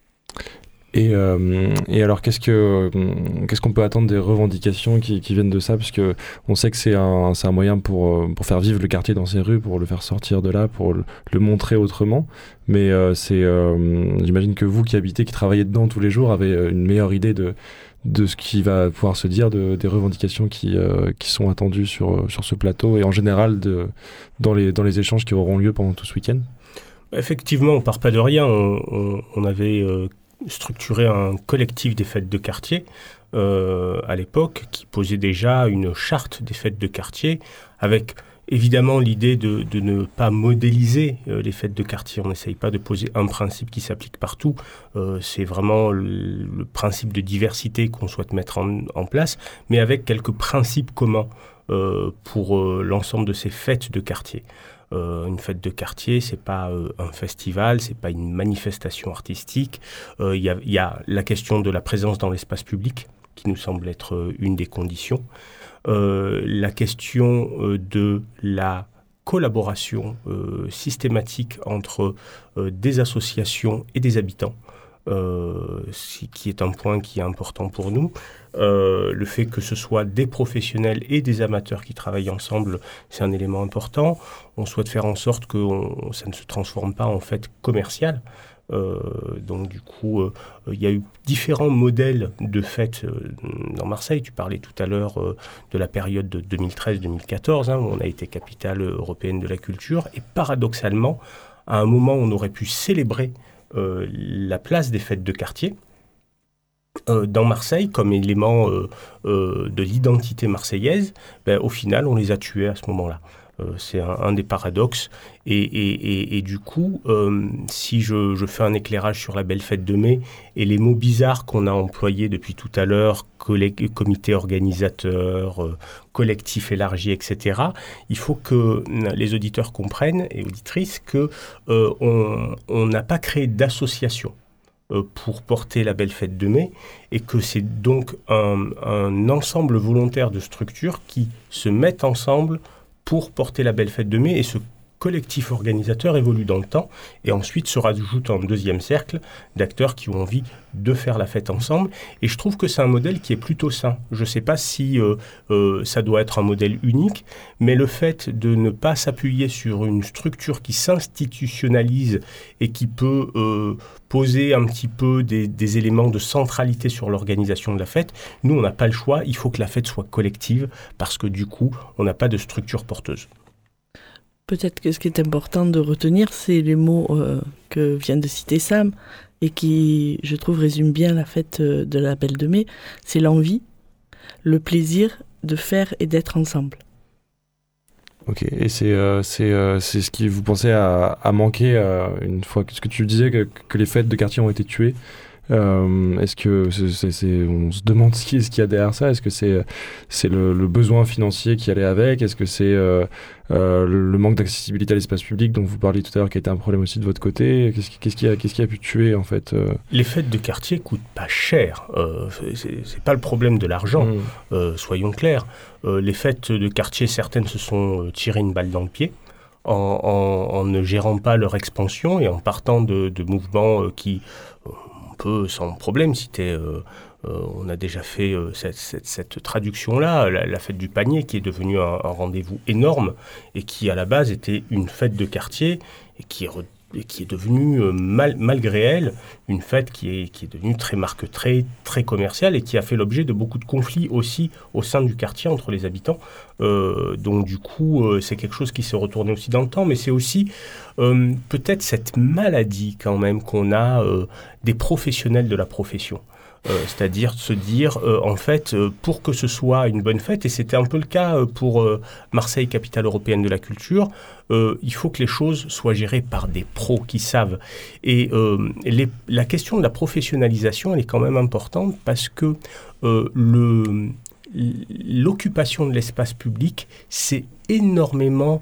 Et, euh, et alors, qu'est-ce, que, qu'est-ce qu'on peut attendre des revendications qui, qui viennent de ça ? Parce qu'on sait que c'est un, c'est un moyen pour, pour faire vivre le quartier dans ses rues, pour le faire sortir de là, pour le, le montrer autrement. Mais euh, c'est, euh, j'imagine que vous qui habitez, qui travaillez dedans tous les jours, avez une meilleure idée de, de ce qui va pouvoir se dire, de, des revendications qui, euh, qui sont attendues sur, sur ce plateau et en général de, dans, les, dans les échanges qui auront lieu pendant tout ce week-end. Effectivement, on ne part pas de rien. On, on, on avait... Euh, structuré un collectif des fêtes de quartier euh, à l'époque qui posait déjà une charte des fêtes de quartier avec évidemment l'idée de, de ne pas modéliser euh, les fêtes de quartier. On n'essaye pas de poser un principe qui s'applique partout. Euh, c'est vraiment le, le principe de diversité qu'on souhaite mettre en, en place, mais avec quelques principes communs euh, pour euh, l'ensemble de ces fêtes de quartier. Euh, une fête de quartier, c'est pas euh, un festival, c'est pas une manifestation artistique. Il euh, y, y a la question de la présence dans l'espace public, qui nous semble être euh, une des conditions. Euh, la question euh, de la collaboration euh, systématique entre euh, des associations et des habitants, euh, qui est un point qui est important pour nous. Euh, le fait que ce soit des professionnels et des amateurs qui travaillent ensemble, c'est un élément important. On souhaite faire en sorte que on, ça ne se transforme pas en fête commerciale. Euh, donc du coup, euh, il y a eu différents modèles de fêtes euh, dans Marseille. Tu parlais tout à l'heure euh, de la période de deux mille treize deux mille quatorze, hein, où on a été capitale européenne de la culture. Et paradoxalement, à un moment où on aurait pu célébrer euh, la place des fêtes de quartier, Euh, dans Marseille, comme élément euh, euh, de l'identité marseillaise, ben, au final, on les a tués à ce moment-là. Euh, c'est un, un des paradoxes. Et, et, et, et du coup, euh, si je, je fais un éclairage sur la Belle Fête de Mai et les mots bizarres qu'on a employés depuis tout à l'heure, collég- comité organisateur, euh, collectif élargi, et cetera, il faut que les auditeurs comprennent, et auditrices, qu'on euh, n'a pas créé d'association pour porter la Belle Fête de Mai, et que c'est donc un, un ensemble volontaire de structures qui se mettent ensemble pour porter la Belle Fête de Mai, et ce collectif organisateur évolue dans le temps, et ensuite se rajoute un deuxième cercle d'acteurs qui ont envie de faire la fête ensemble, et je trouve que c'est un modèle qui est plutôt sain. Je ne sais pas si euh, euh, ça doit être un modèle unique, mais le fait de ne pas s'appuyer sur une structure qui s'institutionnalise et qui peut euh, poser un petit peu des, des éléments de centralité sur l'organisation de la fête, nous on n'a pas le choix, il faut que la fête soit collective, parce que du coup on n'a pas de structure porteuse. Peut-être que ce qui est important de retenir, c'est les mots euh, que vient de citer Sam et qui, je trouve, résument bien la fête de la Belle de Mai. C'est l'envie, le plaisir de faire et d'être ensemble. Ok, et c'est, euh, c'est, euh, c'est ce qui vous pensez à, à manquer euh, une fois que, ce que tu disais, que, que les fêtes de quartier ont été tuées. Euh, est-ce que c'est, c'est, c'est, on se demande ce qu'il y a derrière ça? Est-ce que c'est, c'est le, le besoin financier qui allait avec? Est-ce que c'est euh, euh, le manque d'accessibilité à l'espace public dont vous parliez tout à l'heure, qui a été un problème aussi de votre côté? Qu'est-ce qui, qu'est-ce qui, a, qu'est-ce qui a pu tuer en fait euh... Les fêtes de quartier coûtent pas cher. Euh, c'est, c'est pas le problème de l'argent. Mmh. Euh, soyons clairs. Euh, les fêtes de quartier, certaines se sont tirées une balle dans le pied. En, en, en ne gérant pas leur expansion et en partant de, de mouvements euh, qui euh, peu sans problème citer. Euh, euh, on a déjà fait euh, cette, cette, cette traduction-là, la, la fête du panier, qui est devenue un, un rendez-vous énorme et qui, à la base, était une fête de quartier et qui est, re, et qui est devenue, euh, mal, malgré elle, une fête qui est, qui est devenue très marquetrée, très commerciale et qui a fait l'objet de beaucoup de conflits aussi au sein du quartier entre les habitants. Euh, donc, du coup, euh, c'est quelque chose qui s'est retourné aussi dans le temps, mais c'est aussi euh, peut-être cette maladie quand même qu'on a euh, des professionnels de la profession. Euh, c'est-à-dire se dire, euh, en fait, euh, pour que ce soit une bonne fête, et c'était un peu le cas euh, pour euh, Marseille, capitale européenne de la culture, euh, il faut que les choses soient gérées par des pros qui savent. Et euh, les, la question de la professionnalisation, elle est quand même importante parce que euh, le, l'occupation de l'espace public, c'est énormément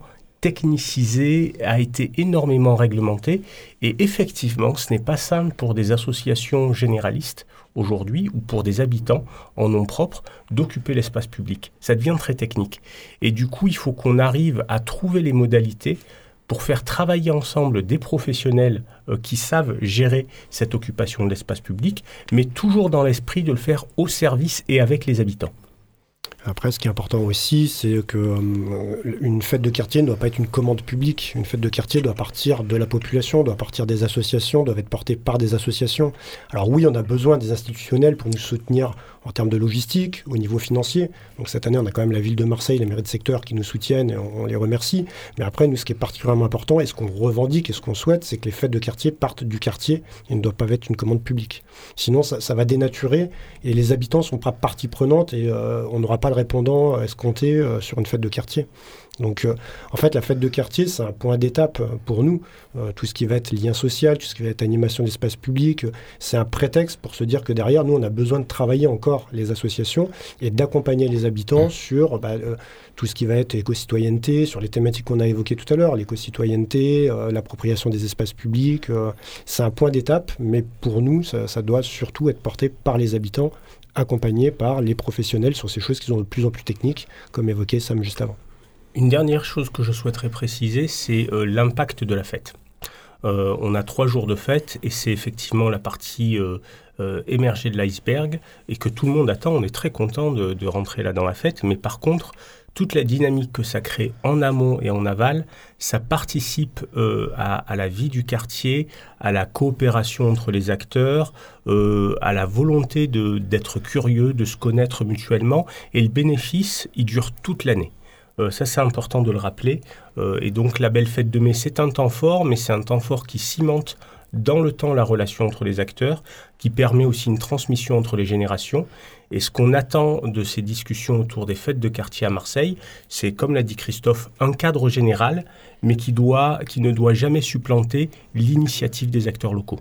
technicisé, a été énormément réglementé. Et effectivement, ce n'est pas simple pour des associations généralistes aujourd'hui ou pour des habitants en nom propre d'occuper l'espace public. Ça devient très technique. Et du coup, il faut qu'on arrive à trouver les modalités pour faire travailler ensemble des professionnels euh, qui savent gérer cette occupation de l'espace public, mais toujours dans l'esprit de le faire au service et avec les habitants. Après, ce qui est important aussi, c'est qu'une euh, fête de quartier ne doit pas être une commande publique. Une fête de quartier doit partir de la population, doit partir des associations, doit être portée par des associations. Alors oui, on a besoin des institutionnels pour nous soutenir en termes de logistique, au niveau financier. Donc cette année, on a quand même la ville de Marseille, la mairie de secteur qui nous soutiennent et on, on les remercie. Mais après, nous, ce qui est particulièrement important et ce qu'on revendique et ce qu'on souhaite, c'est que les fêtes de quartier partent du quartier et ne doivent pas être une commande publique. Sinon, ça, ça va dénaturer et les habitants ne sont pas partie prenante et euh, on n'aura pas le répondant escompté euh, sur une fête de quartier. Donc, euh, en fait, la fête de quartier, c'est un point d'étape pour nous. Euh, tout ce qui va être lien social, tout ce qui va être animation d'espace public, euh, c'est un prétexte pour se dire que derrière, nous, on a besoin de travailler encore les associations et d'accompagner les habitants sur bah, euh, tout ce qui va être éco-citoyenneté, sur les thématiques qu'on a évoquées tout à l'heure, l'éco-citoyenneté, euh, l'appropriation des espaces publics. Euh, c'est un point d'étape, mais pour nous, ça, ça doit surtout être porté par les habitants, accompagné par les professionnels sur ces choses qui sont de plus en plus techniques, comme évoqué Sam juste avant. Une dernière chose que je souhaiterais préciser, c'est euh, l'impact de la fête. Euh, on a trois jours de fête et c'est effectivement la partie euh, euh, émergée de l'iceberg et que tout le monde attend. On est très content de, de rentrer là dans la fête, mais par contre, toute la dynamique que ça crée en amont et en aval, ça participe euh, à, à la vie du quartier, à la coopération entre les acteurs, euh, à la volonté de, d'être curieux, de se connaître mutuellement. Et le bénéfice, il dure toute l'année. Euh, ça, c'est important de le rappeler. Euh, et donc, la belle fête de mai, c'est un temps fort, mais c'est un temps fort qui cimente dans le temps la relation entre les acteurs, qui permet aussi une transmission entre les générations. Et ce qu'on attend de ces discussions autour des fêtes de quartier à Marseille, c'est, comme l'a dit Christophe, un cadre général, mais qui, doit, qui ne doit jamais supplanter l'initiative des acteurs locaux.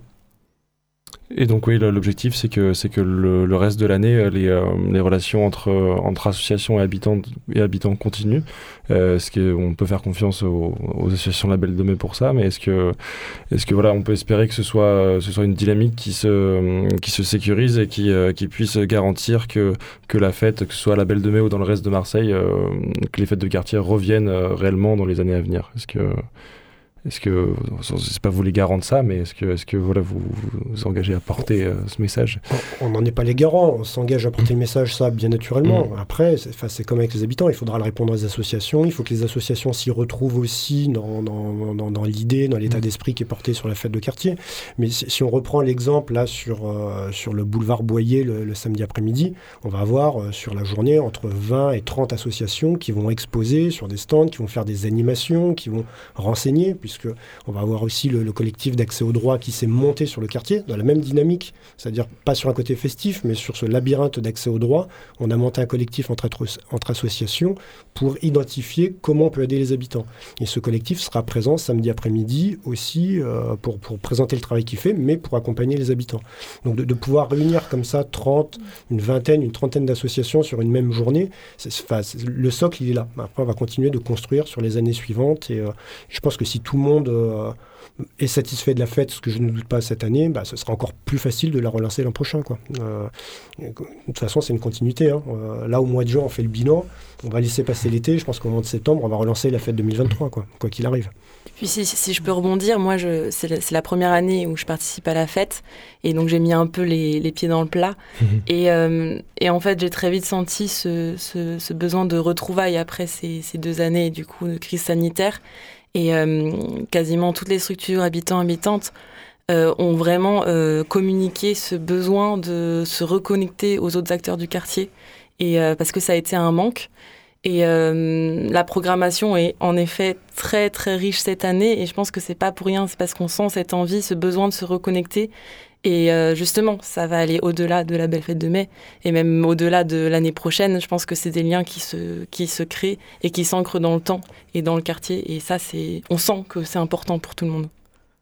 Et donc oui, l'objectif c'est que c'est que le, le reste de l'année, les, euh, les relations entre entre associations et habitants et habitants continuent. Euh, est-ce qu'on peut faire confiance aux, aux associations Label de Mai pour ça, mais est-ce que est-ce que voilà, on peut espérer que ce soit ce soit une dynamique qui se qui se sécurise et qui euh, qui puisse garantir que que la fête, que ce soit à Label de Mai ou dans le reste de Marseille, euh, que les fêtes de quartier reviennent euh, réellement dans les années à venir. Est-ce que Est-ce que, c'est pas vous les garants de ça, mais est-ce que, est-ce que voilà, vous vous engagez à porter euh, ce message ? On n'en est pas les garants, on s'engage à porter mmh. le message, ça, bien naturellement. Mmh. Après, c'est, c'est comme avec les habitants, il faudra le répondre aux associations, il faut que les associations s'y retrouvent aussi dans, dans, dans, dans l'idée, dans l'état mmh. d'esprit qui est porté sur la fête de quartier. Mais si, si on reprend l'exemple, là, sur, euh, sur le boulevard Boyer, le, le samedi après-midi, on va avoir, euh, sur la journée, entre vingt et trente associations qui vont exposer sur des stands, qui vont faire des animations, qui vont renseigner, puisque on va avoir aussi le, le collectif d'accès au droit qui s'est monté sur le quartier, dans la même dynamique, c'est-à-dire pas sur un côté festif, mais sur ce labyrinthe d'accès au droit. On a monté un collectif entre, entre associations pour identifier comment on peut aider les habitants. Et ce collectif sera présent samedi après-midi aussi euh, pour, pour présenter le travail qu'il fait, mais pour accompagner les habitants. Donc de, de pouvoir réunir comme ça trente, une vingtaine, une trentaine d'associations sur une même journée, c'est, c'est, c'est, le socle il est là. Après on va continuer de construire sur les années suivantes et euh, je pense que si tout le monde euh, est satisfait de la fête, ce que je ne doute pas cette année, bah, ce sera encore plus facile de la relancer l'an prochain, quoi. Euh, de toute façon, c'est une continuité. Hein. Euh, là, au mois de juin, on fait le bilan. On va laisser passer l'été. Je pense qu'au mois de septembre, on va relancer la fête deux mille vingt-trois, quoi, quoi qu'il arrive. Puis si, si je peux rebondir, moi, je, c'est, la, c'est la première année où je participe à la fête. Et donc, j'ai mis un peu les, les pieds dans le plat. Mmh. Et, euh, et en fait, j'ai très vite senti ce, ce, ce besoin de retrouvailles après ces, ces deux années, du coup, de crise sanitaire. Et euh, quasiment toutes les structures habitants habitantes euh, ont vraiment euh, communiqué ce besoin de se reconnecter aux autres acteurs du quartier, et euh, parce que ça a été un manque. Et euh, la programmation est en effet très très riche cette année, et je pense que c'est pas pour rien, c'est parce qu'on sent cette envie, ce besoin de se reconnecter. Et euh, justement, ça va aller au-delà de la belle fête de mai, et même au-delà de l'année prochaine. Je pense que c'est des liens qui se, qui se créent et qui s'ancrent dans le temps et dans le quartier. Et ça, c'est, on sent que c'est important pour tout le monde.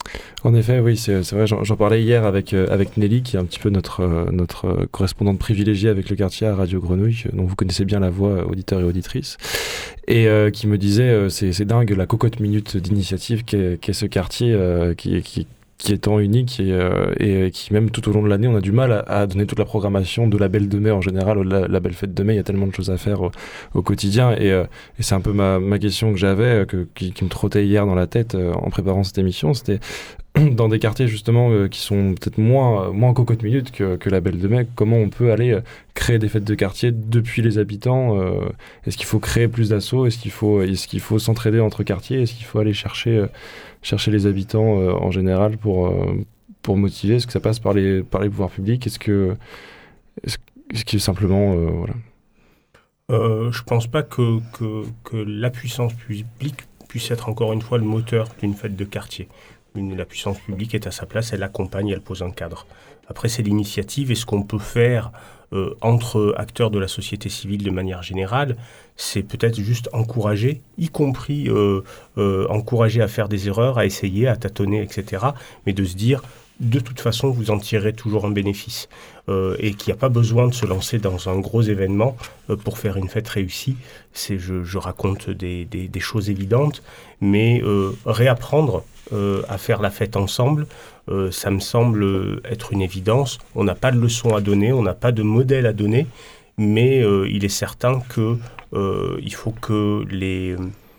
En effet, oui, c'est, c'est vrai, j'en, j'en parlais hier avec, euh, avec Nelly, qui est un petit peu notre, euh, notre euh, correspondante privilégiée avec le quartier à Radio Grenouille, dont vous connaissez bien la voix, auditeurs et auditrices, et euh, qui me disait, euh, c'est, c'est dingue, la cocotte minute d'initiative qu'est, qu'est ce quartier, euh, qui, qui, qui est tant unique, et, euh, et qui même tout au long de l'année, on a du mal à, à donner toute la programmation de la Belle de Mai en général, la, la Belle Fête de Mai, il y a tellement de choses à faire au, au quotidien, et, euh, et c'est un peu ma, ma question que j'avais, que, qui, qui me trottait hier dans la tête euh, en préparant cette émission, c'était dans des quartiers justement euh, qui sont peut-être moins, moins en cocotte minute que, que la Belle de Mai, comment on peut aller euh, créer des fêtes de quartier depuis les habitants, euh, est-ce qu'il faut créer plus d'assauts, est-ce qu'il faut, est-ce qu'il faut s'entraider entre quartiers, est-ce qu'il faut aller chercher, euh, chercher les habitants euh, en général pour, euh, pour motiver, est-ce que ça passe par les, par les pouvoirs publics, est-ce que, est-ce, est-ce que simplement euh, voilà. Euh, je pense pas que, que, que la puissance publique puisse être encore une fois le moteur d'une fête de quartier. Une, la puissance publique est à sa place, elle accompagne, elle pose un cadre. Après, c'est l'initiative et ce qu'on peut faire euh, entre acteurs de la société civile de manière générale, c'est peut-être juste encourager, y compris euh, euh, encourager à faire des erreurs, à essayer, à tâtonner, et cetera. Mais de se dire, de toute façon, vous en tirerez toujours un bénéfice. Euh, et qu'il n'y a pas besoin de se lancer dans un gros événement euh, pour faire une fête réussie. C'est, je, je raconte des, des, des choses évidentes, mais euh, réapprendre euh, à faire la fête ensemble, euh, ça me semble être une évidence. On n'a pas de leçon à donner, on n'a pas de modèle à donner, mais euh, il est certain qu'il euh, faut que les...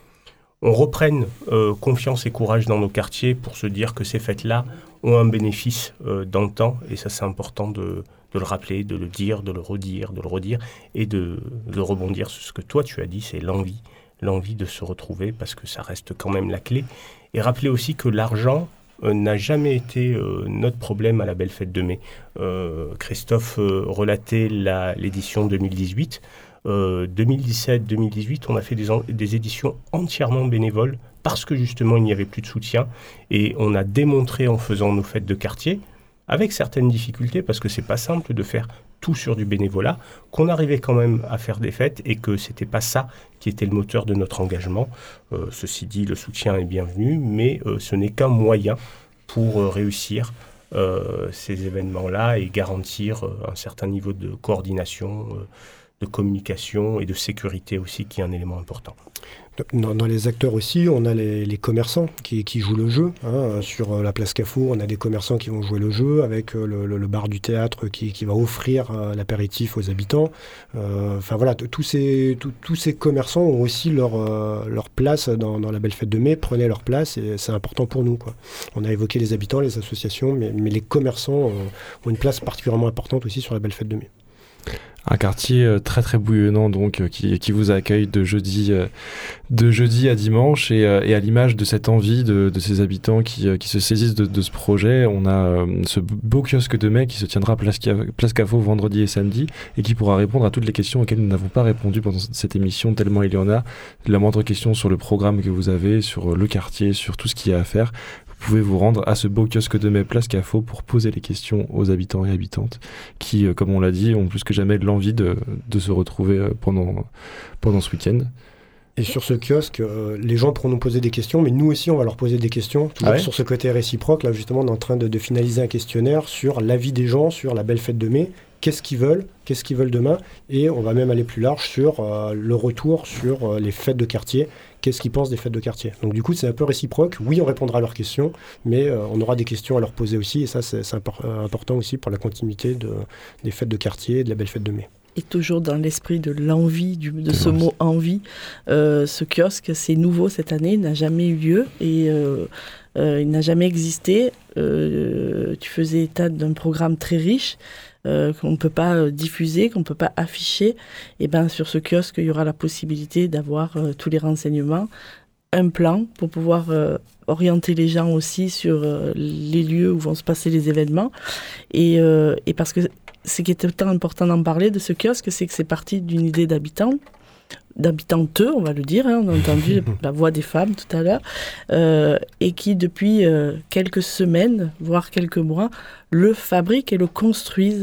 on reprenne euh, confiance et courage dans nos quartiers pour se dire que ces fêtes-là ont un bénéfice euh, dans le temps, et ça c'est important de, de le rappeler, de le dire, de le redire, de le redire, et de, de rebondir sur ce que toi tu as dit, c'est l'envie, l'envie de se retrouver, parce que ça reste quand même la clé. Et rappeler aussi que l'argent euh, n'a jamais été euh, notre problème à la Belle Fête de Mai. Euh, Christophe euh, relatait la, l'édition deux mille dix-huit. Euh, deux mille dix-sept deux mille dix-huit, on a fait des, en, des éditions entièrement bénévoles parce que justement il n'y avait plus de soutien, et on a démontré en faisant nos fêtes de quartier, avec certaines difficultés parce que c'est pas simple de faire tout sur du bénévolat, qu'on arrivait quand même à faire des fêtes et que c'était pas ça qui était le moteur de notre engagement. Euh, ceci dit, le soutien est bienvenu, mais euh, ce n'est qu'un moyen pour euh, réussir euh, ces événements-là et garantir euh, un certain niveau de coordination, euh, de communication et de sécurité aussi, qui est un élément important. Dans, dans les acteurs aussi, on a les, les commerçants qui, qui jouent le jeu. Hein. Sur la place Cafour, on a des commerçants qui vont jouer le jeu, avec le, le, le bar du théâtre qui, qui va offrir euh, l'apéritif aux habitants. Euh, enfin voilà, tous ces, tous ces commerçants ont aussi leur, euh, leur place dans, dans la Belle Fête de Mai, prenaient leur place, et c'est important pour nous, quoi. On a évoqué les habitants, les associations, mais, mais les commerçants ont, ont une place particulièrement importante aussi sur la Belle Fête de Mai. Un quartier euh, très très bouillonnant donc euh, qui, qui vous accueille de jeudi, euh, de jeudi à dimanche, et, euh, et à l'image de cette envie de, de ces habitants qui, euh, qui se saisissent de, de ce projet, on a euh, ce beau kiosque de mai qui se tiendra place, place Cafour vendredi et samedi, et qui pourra répondre à toutes les questions auxquelles nous n'avons pas répondu pendant cette émission, tellement il y en a. La moindre question sur le programme que vous avez, sur le quartier, sur tout ce qu'il y a à faire, vous pouvez vous rendre à ce beau kiosque de mai place Cafour pour poser les questions aux habitants et habitantes qui, euh, comme on l'a dit, ont plus que jamais l'envie de, de se retrouver euh, pendant, pendant ce week-end. Et sur ce kiosque, euh, les gens pourront nous poser des questions, mais nous aussi on va leur poser des questions, toujours ah ouais sur ce côté réciproque. Là justement on est en train de, de finaliser un questionnaire sur l'avis des gens sur la Belle Fête de Mai, qu'est-ce qu'ils veulent, qu'est-ce qu'ils veulent demain, et on va même aller plus large sur euh, le retour sur euh, les fêtes de quartier, qu'est-ce qu'ils pensent des fêtes de quartier. Donc du coup c'est un peu réciproque, oui on répondra à leurs questions, mais euh, on aura des questions à leur poser aussi, et ça c'est, c'est impor- important aussi pour la continuité de, des fêtes de quartier et de la Belle Fête de Mai. Et toujours dans l'esprit de l'envie, du, de ce mot envie, euh, ce kiosque, c'est nouveau cette année, n'a jamais eu lieu, et euh, euh, il n'a jamais existé. Euh, tu faisais état d'un programme très riche, euh, qu'on ne peut pas euh, diffuser, qu'on ne peut pas afficher. Et ben sur ce kiosque, il y aura la possibilité d'avoir euh, tous les renseignements, un plan pour pouvoir euh, orienter les gens aussi sur euh, les lieux où vont se passer les événements. Et, euh, et parce que ce qui est autant important d'en parler de ce kiosque, c'est que c'est parti d'une idée d'habitants, d'habitanteux, on va le dire, hein, on a entendu la voix des femmes tout à l'heure, euh, et qui depuis euh, quelques semaines, voire quelques mois, le fabriquent et le construisent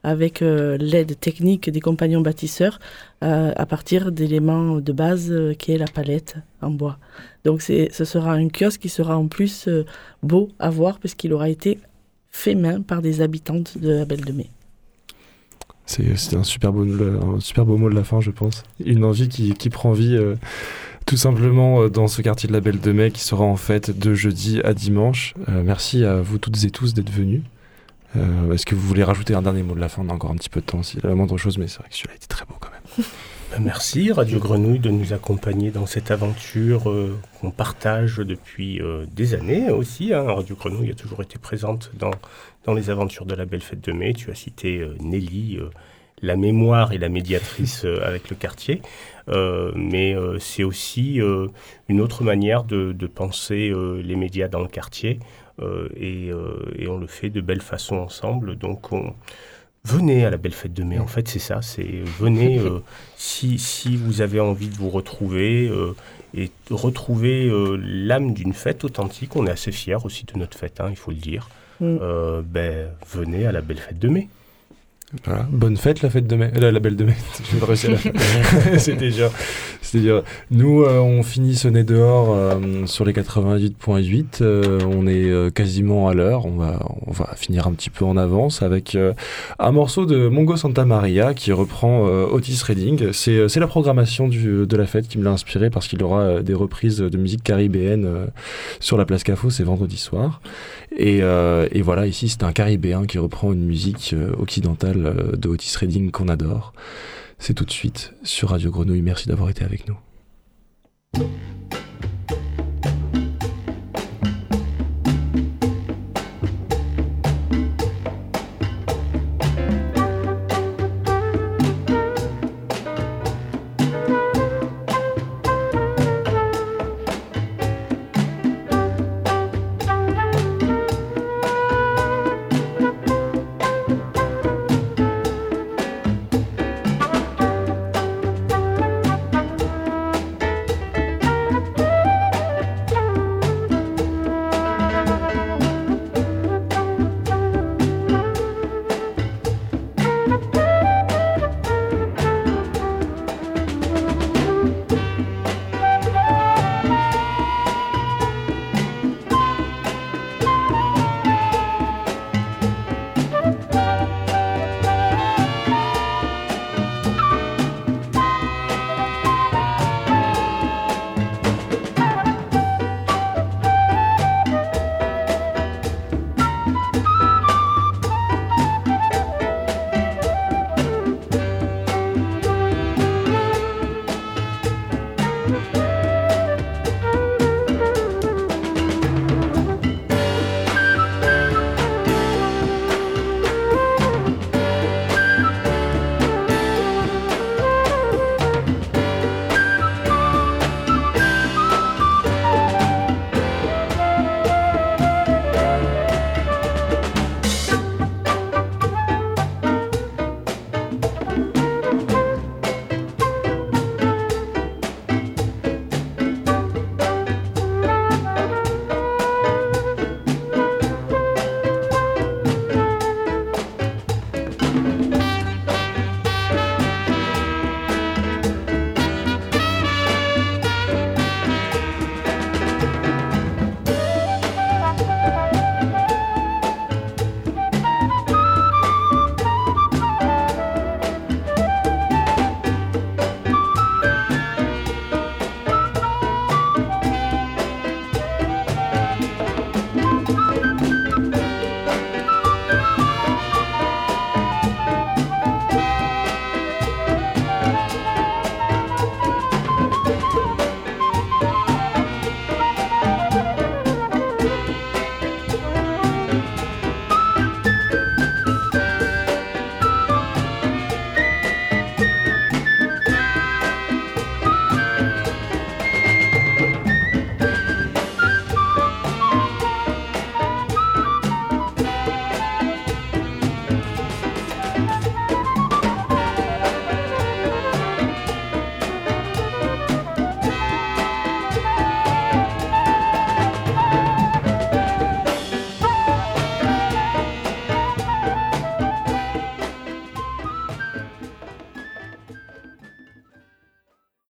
avec euh, l'aide technique des compagnons bâtisseurs euh, à partir d'éléments de base euh, qui est la palette en bois. Donc c'est, ce sera un kiosque qui sera en plus euh, beau à voir puisqu'il aura été fait main par des habitantes de la Belle de Mai. C'est, c'est un, super beau, un super beau mot de la fin, je pense. Une envie qui, qui prend vie euh, tout simplement euh, dans ce quartier de la Belle de Mai qui sera en fête de jeudi à dimanche. Euh, merci à vous toutes et tous d'être venus. Euh, est-ce que vous voulez rajouter un dernier mot de la fin ? On a encore un petit peu de temps, si la moindre chose, mais c'est vrai que celui-là était très beau quand même. Merci Radio Grenouille de nous accompagner dans cette aventure euh, qu'on partage depuis euh, des années aussi. Hein. Radio Grenouille a toujours été présente dans, dans les aventures de la Belle Fête de Mai. Tu as cité euh, Nelly, euh, la mémoire et la médiatrice euh, avec le quartier. Euh, mais euh, c'est aussi euh, une autre manière de, de penser euh, les médias dans le quartier. Euh, et, euh, et on le fait de belle façon ensemble. Donc on... venez à la Belle Fête de Mai, en fait c'est ça, c'est venez euh, si, si vous avez envie de vous retrouver euh, et retrouver euh, l'âme d'une fête authentique. On est assez fiers aussi de notre fête, hein, il faut le dire. Mm. Euh, ben, venez à la Belle Fête de Mai. Voilà. Bonne fête la fête de mai, euh, la Belle de Mai. Je vais réussir à la fête. c'est déjà, c'est déjà. Nous, euh, on finit ce nez dehors euh, sur les quatre-vingt-huit virgule huit. Euh, on est euh, quasiment à l'heure. On va, on va finir un petit peu en avance avec euh, un morceau de Mongo Santa Maria qui reprend euh, Otis Redding. C'est, c'est la programmation du, de la fête qui me l'a inspiré parce qu'il y aura euh, des reprises de musique caribéenne euh, sur la place Cafo. C'est vendredi soir. Et, euh, et voilà, ici c'est un caribéen qui reprend une musique euh, occidentale de Otis Redding qu'on adore. C'est tout de suite sur Radio Grenouille. Merci d'avoir été avec nous.